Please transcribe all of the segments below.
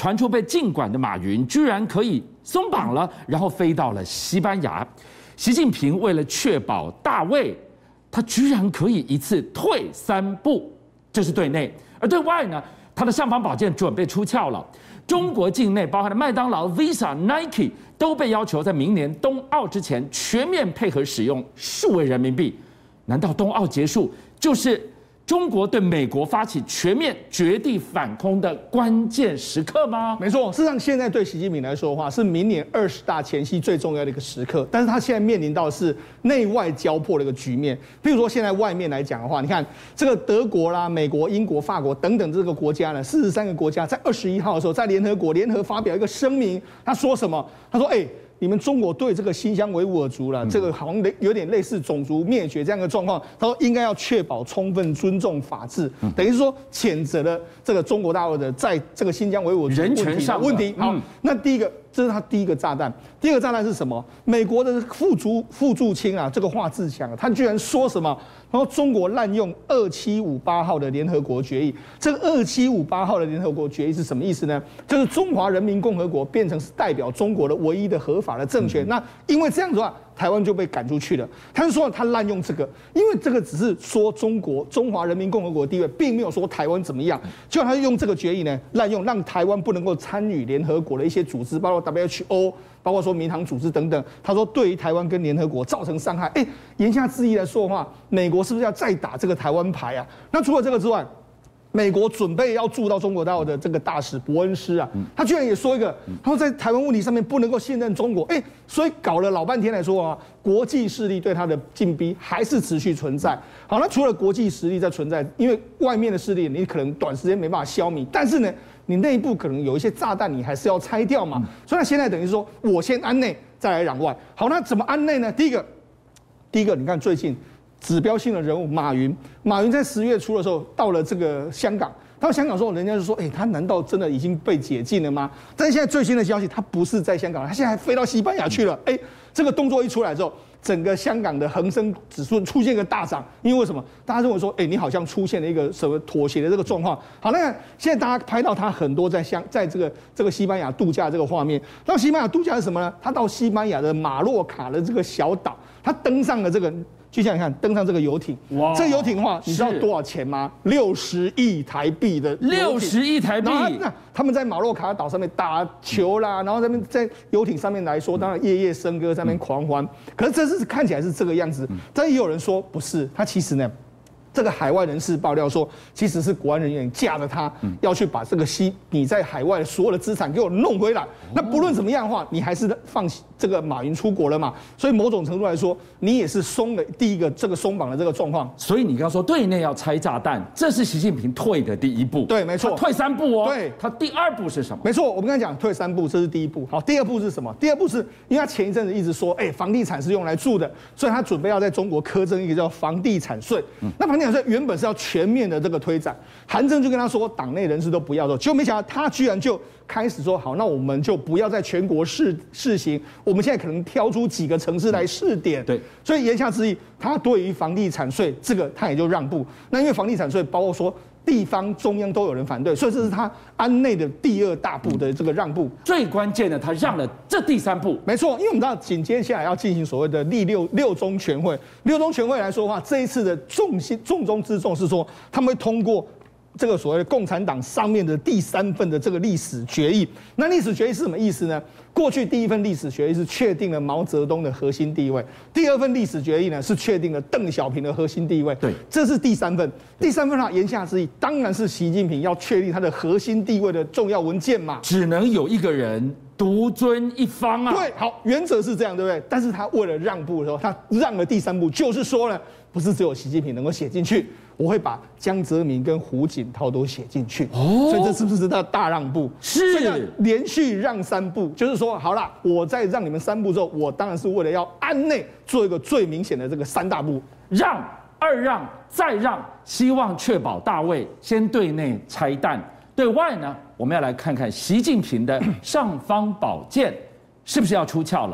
传出被禁管的马云居然可以松绑了，然后飞到了西班牙。习近平为了确保大位，他居然可以一次退3步，这是对内。而对外呢，他的尚方宝剑准备出鞘了。中国境内包含了麦当劳、Visa、Nike 都被要求在明年冬奥之前全面配合使用数位人民币。难道冬奥结束就是中国对美国发起全面绝地反攻的关键时刻吗？ 没错，事实上现在对习近平来说的话，是明年20大前夕最重要的一个时刻。但是他现在面临到的是内外交迫的一个局面。譬如说现在外面来讲的话，你看这个德国啦、美国、英国、法国等等这个国家呢，43个国家在21号的时候，在联合国联合发表一个声明，他说什么？他说：“你们中国对这个新疆维吾尔族了，这个好像有点类似种族灭绝这样的状况。他说应该要确保充分尊重法治，等于是说谴责了这个中国大陆的在这个新疆维吾尔族人权上的问题。好，那第一个。”这是他第一个炸弹。第二个炸弹是什么？美国的副驻青啊，这个华志强，他居然说什么？然后中国滥用2758号的联合国决议。这个2758号的联合国决议是什么意思呢？就是中华人民共和国变成是代表中国的唯一的合法的政权。那因为这样子的话，台湾就被赶出去了。他就说他滥用这个，因为这个只是说中华人民共和国的地位，并没有说台湾怎么样。结果他用这个决议呢，滥用让台湾不能够参与联合国的一些组织，包括 WHO， 包括说民航组织等等。他说对于台湾跟联合国造成伤害。言下之意来说的话，美国是不是要再打这个台湾牌啊？那除了这个之外，美国准备要驻到中国大陆的这个大使伯恩斯啊，他居然也说一个，他说在台湾问题上面不能够信任中国，所以搞了老半天来说啊，国际势力对他的禁逼还是持续存在。好，那除了国际实力在存在，因为外面的势力你可能短时间没办法消弭，但是呢，你内部可能有一些炸弹你还是要拆掉嘛。所以他现在等于说我先安内，再来攘外。好，那怎么安内呢？第一个，你看最近指标性的人物马云在10月初的时候到了这个香港，到香港之后，人家就说，他难道真的已经被解禁了吗？但是现在最新的消息，他不是在香港，他现在还飞到西班牙去了。这个动作一出来之后，整个香港的恒生指数出现一个大涨，因为为什么？大家认为说，你好像出现了一个什么妥协的这个状况。好，那现在大家拍到他很多在这个西班牙度假这个画面。到西班牙度假是什么呢？他到西班牙的马洛卡的这个小岛，他登上了这个。就像你看，登上这个游艇，哇！这个游艇的话，你知道多少钱吗？60亿台币的 60亿台币。 那他们在马洛卡岛上面打球啦，然后在游艇上面来说，当然夜夜笙歌，在那边狂欢。可是这是看起来是这个样子，但也有人说不是，他其实呢。这个海外人士爆料说，其实是国安人员架着他，要去把这个你在海外的所有的资产给我弄回来。那不论怎么样的话，你还是放这个马云出国了嘛？所以某种程度来说，你也是松了第一个这个松绑的这个状况。 所以你刚刚说对内要拆炸弹，这是习近平退的第一步。 对，没错， 他退3步哦。 对， 他第2步是什么？ 没错，我们刚才讲退3步，这是第一步。好，第2步是什么？第2步是因为他前一阵子一直说，房地产是用来住的，所以他准备要在中国苛征一个叫房地产税。那房地产税原本是要全面的这个推展，韩正就跟他说，党内人士都不要做，结果没想到他居然就开始说，好，那我们就不要在全国试行，我们现在可能挑出几个城市来试点。 对， 所以言下之意，他对于房地产税这个他也就让步。那因为房地产税包括说地方中央都有人反对，所以这是他安内的第2大步的这个让步。 最关键的，他让了这第3步。 没错，因为我们知道紧接下来要进行所谓的六中全会。六中全会来说的话，这一次的重中之重是说，他们会通过这个所谓的共产党上面的第3份的这个历史决议。那历史决议是什么意思呢？过去第1份历史决议是确定了毛泽东的核心地位，第2份历史决议呢是确定了邓小平的核心地位。 对， 这是第3份。第3份的话，言下之意当然是习近平要确立他的核心地位的重要文件嘛。 只能有一个人独尊一方啊。 对，好，原则是这样，对不对？但是他为了让步的时候，他让了第3步，就是说呢，不是只有习近平能够写进去。我会把江泽民跟胡锦涛都写进去，所以这是不是他大让步？ 是， 所以连续让3步，就是说好了，我在让你们3步之后，我当然是为了要安内做一个最明显的这个3大步， 让、2让、再让，希望确保大位。先对内拆弹，对外呢，我们要来看看习近平的尚方宝剑是不是要出鞘了。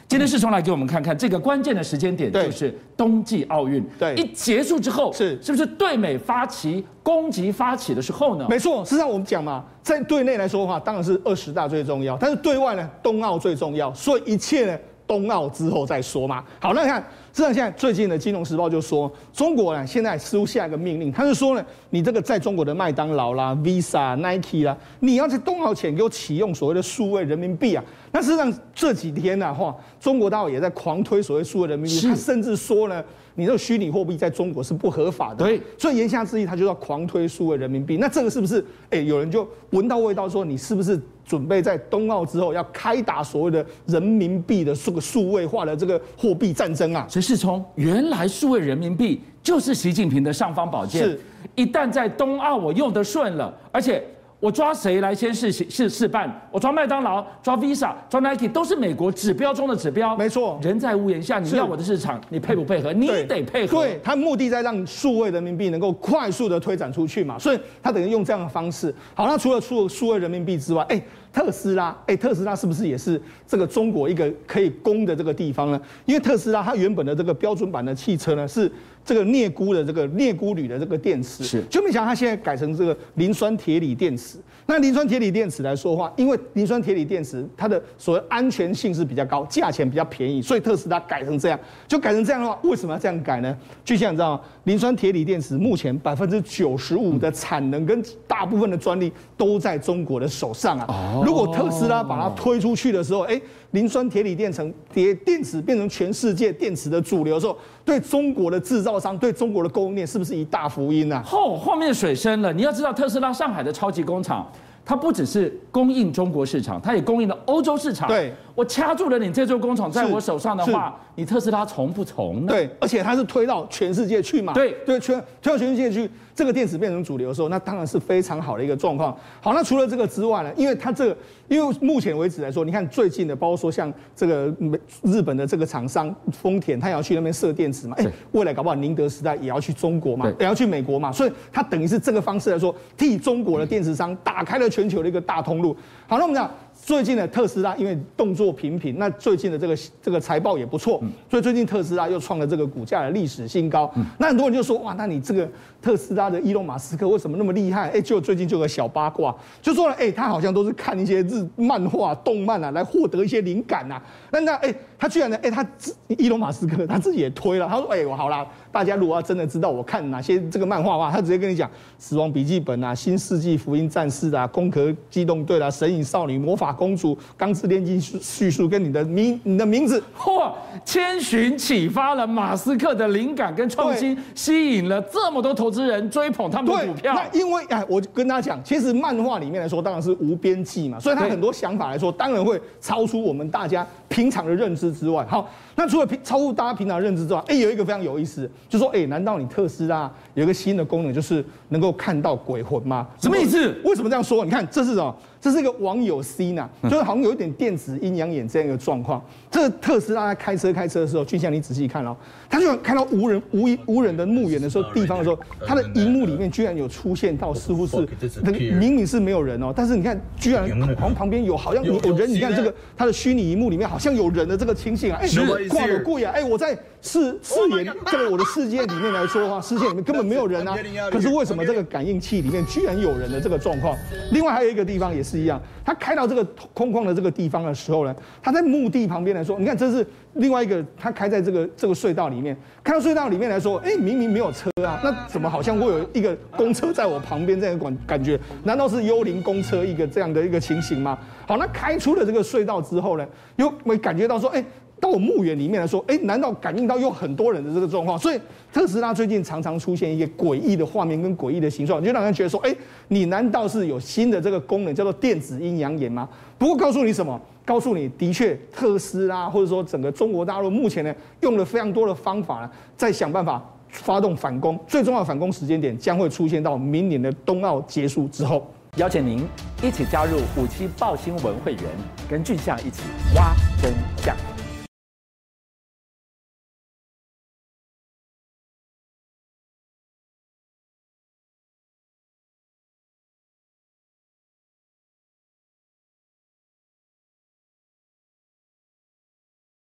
今天世聪来给我们看看这个关键的时间点，就是冬季奥运。 对， 一结束之后， 是不是对美攻击发起的时候呢？ 没错，事实上我们讲嘛，在对内来说的话，当然是20大最重要，但是对外呢，冬奥最重要，所以一切呢，冬奥之后再说嘛。好，那你看，实际上现在最近的《金融时报》就说，中国呢现在似乎下一个命令，他是说呢，你这个在中国的麦当劳啦、Visa、Nike 啦，你要在冬奥前给我启用所谓的数位人民币啊。那事实上这几天呢，中国大陆也在狂推所谓数位人民币，他甚至说呢，你这个虚拟货币在中国是不合法的。 对， 所以言下之意，他就要狂推数位人民币。那这个是不是？有人就闻到味道，说你是不是准备在冬奥之后要开打所谓的人民币的这个数位化的这个货币战争啊？ 所以世聪，原来数位人民币就是习近平的尚方宝剑。 是， 一旦在冬奥我用得顺了，而且我抓谁来先示范？我抓麦当劳、抓 Visa、抓 Nike， 都是美国指标中的指标。 没错， 人在屋檐下，你要我的市场，你配不配合？你得配合。 对，他目的在让数位人民币能够快速的推展出去嘛，所以他等于用这样的方式。好，那除了数位人民币之外，特斯拉是不是也是这个中国一个可以攻的这个地方呢？因为特斯拉它原本的这个标准版的汽车呢是这个镍钴铝的这个电池， 是， 就没想到它现在改成这个磷酸铁锂电池。那磷酸铁锂电池来说的话，因为磷酸铁锂电池它的所谓安全性是比较高，价钱比较便宜，所以特斯拉改成这样。就改成这样的话，为什么要这样改呢？就像你知道吗？磷酸铁锂电池目前95%的产能跟大部分的专利都在中国的手上啊。如果特斯拉把它推出去的时候，磷酸铁锂电池变成全世界电池的主流的时候，对中国的制造商、对中国的供应链是不是一大福音啊？ 后面水深了。你要知道，特斯拉上海的超级工厂，它不只是供应中国市场，它也供应了欧洲市场。 对， 我掐住了你这座工厂在我手上的话，你特斯拉从不从呢？ 对，而且它是推到全世界去嘛。 对， 推到全世界去，这个电池变成主流的时候，那当然是非常好的一个状况。好，那除了这个之外呢，因为目前为止来说，你看最近的，包括说像这个日本的这个厂商丰田，他也要去那边设电池嘛。未来搞不好宁德时代也要去中国嘛，也要去美国嘛，所以它等于是这个方式来说，替中国的电池商打开了全球的一个大通路。好，那我们讲最近的特斯拉，因为动作频频，那最近的这个财报也不错，所以最近特斯拉又创了这个股价的历史新高。那很多人就说，哇，那你这个特斯拉的伊隆马斯克为什么那么厉害？就最近就有个小八卦，就说了，他好像都是看一些漫画、动漫啊，来获得一些灵感啊。他居然呢，伊隆马斯克他自己也推了，他说，我好啦，大家如果要真的知道我看哪些这个漫画的话，他直接跟你讲《死亡笔记本》啊，《新世纪福音战士》啊，《攻壳机动队》啦，《神隐少女》、《魔法公主》、《钢之炼金叙述》跟你的名字， 千寻启发了马斯克的灵感跟创新，吸引了这么多投资人追捧他们的股票。 那因为我跟大家讲，其实漫画里面来说当然是无边际嘛，所以他很多想法来说，当然会超出我们大家平常的认知之外。好，那除了超乎大家平常的认知之外，有一个非常有意思，就说难道你特斯拉有一个新的功能，就是能够看到鬼魂吗？ 什么意思？ 为什么这样说？你看这是什么？这是一个网友 C 呢，就是好像有一点电子阴阳眼这样一个状况。这个特斯拉在开车的时候，俊相你仔细看哦，他就看到无人的墓园的时候地方的时候，它的荧幕里面居然有出现到似乎是明明是没有人哦，但是你看居然好像旁边好像有人，你看这个它的虚拟荧幕里面好像有人的这个情形啊，挂了贵啊，我在视野这个我的世界里面来说的话，视线里面根本没有人啊，可是为什么这个感应器里面居然有人的这个状况？另外还有一个地方也是一样，他开到这个空旷的这个地方的时候呢，他在墓地旁边来说，你看这是另外一个，他开在这个隧道里面，开到隧道里面来说，明明没有车啊，那怎么好像会有一个公车在我旁边这样感觉？难道是幽灵公车一个这样的一个情形吗？好，那开出了这个隧道之后呢，又会感觉到说，到我墓园里面来说，难道感应到有很多人的这个状况？所以特斯拉最近常常出现一个诡异的画面跟诡异的形状，就让人觉得说，你难道是有新的这个功能叫做电子阴阳眼吗？不过告诉你什么？告诉你，的确特斯拉或者说整个中国大陆目前呢，用了非常多的方法呢，在想办法发动反攻。最重要的反攻时间点将会出现到明年的冬奥结束之后。 邀请您一起加入57爆新闻会员，跟俊相一起挖真相。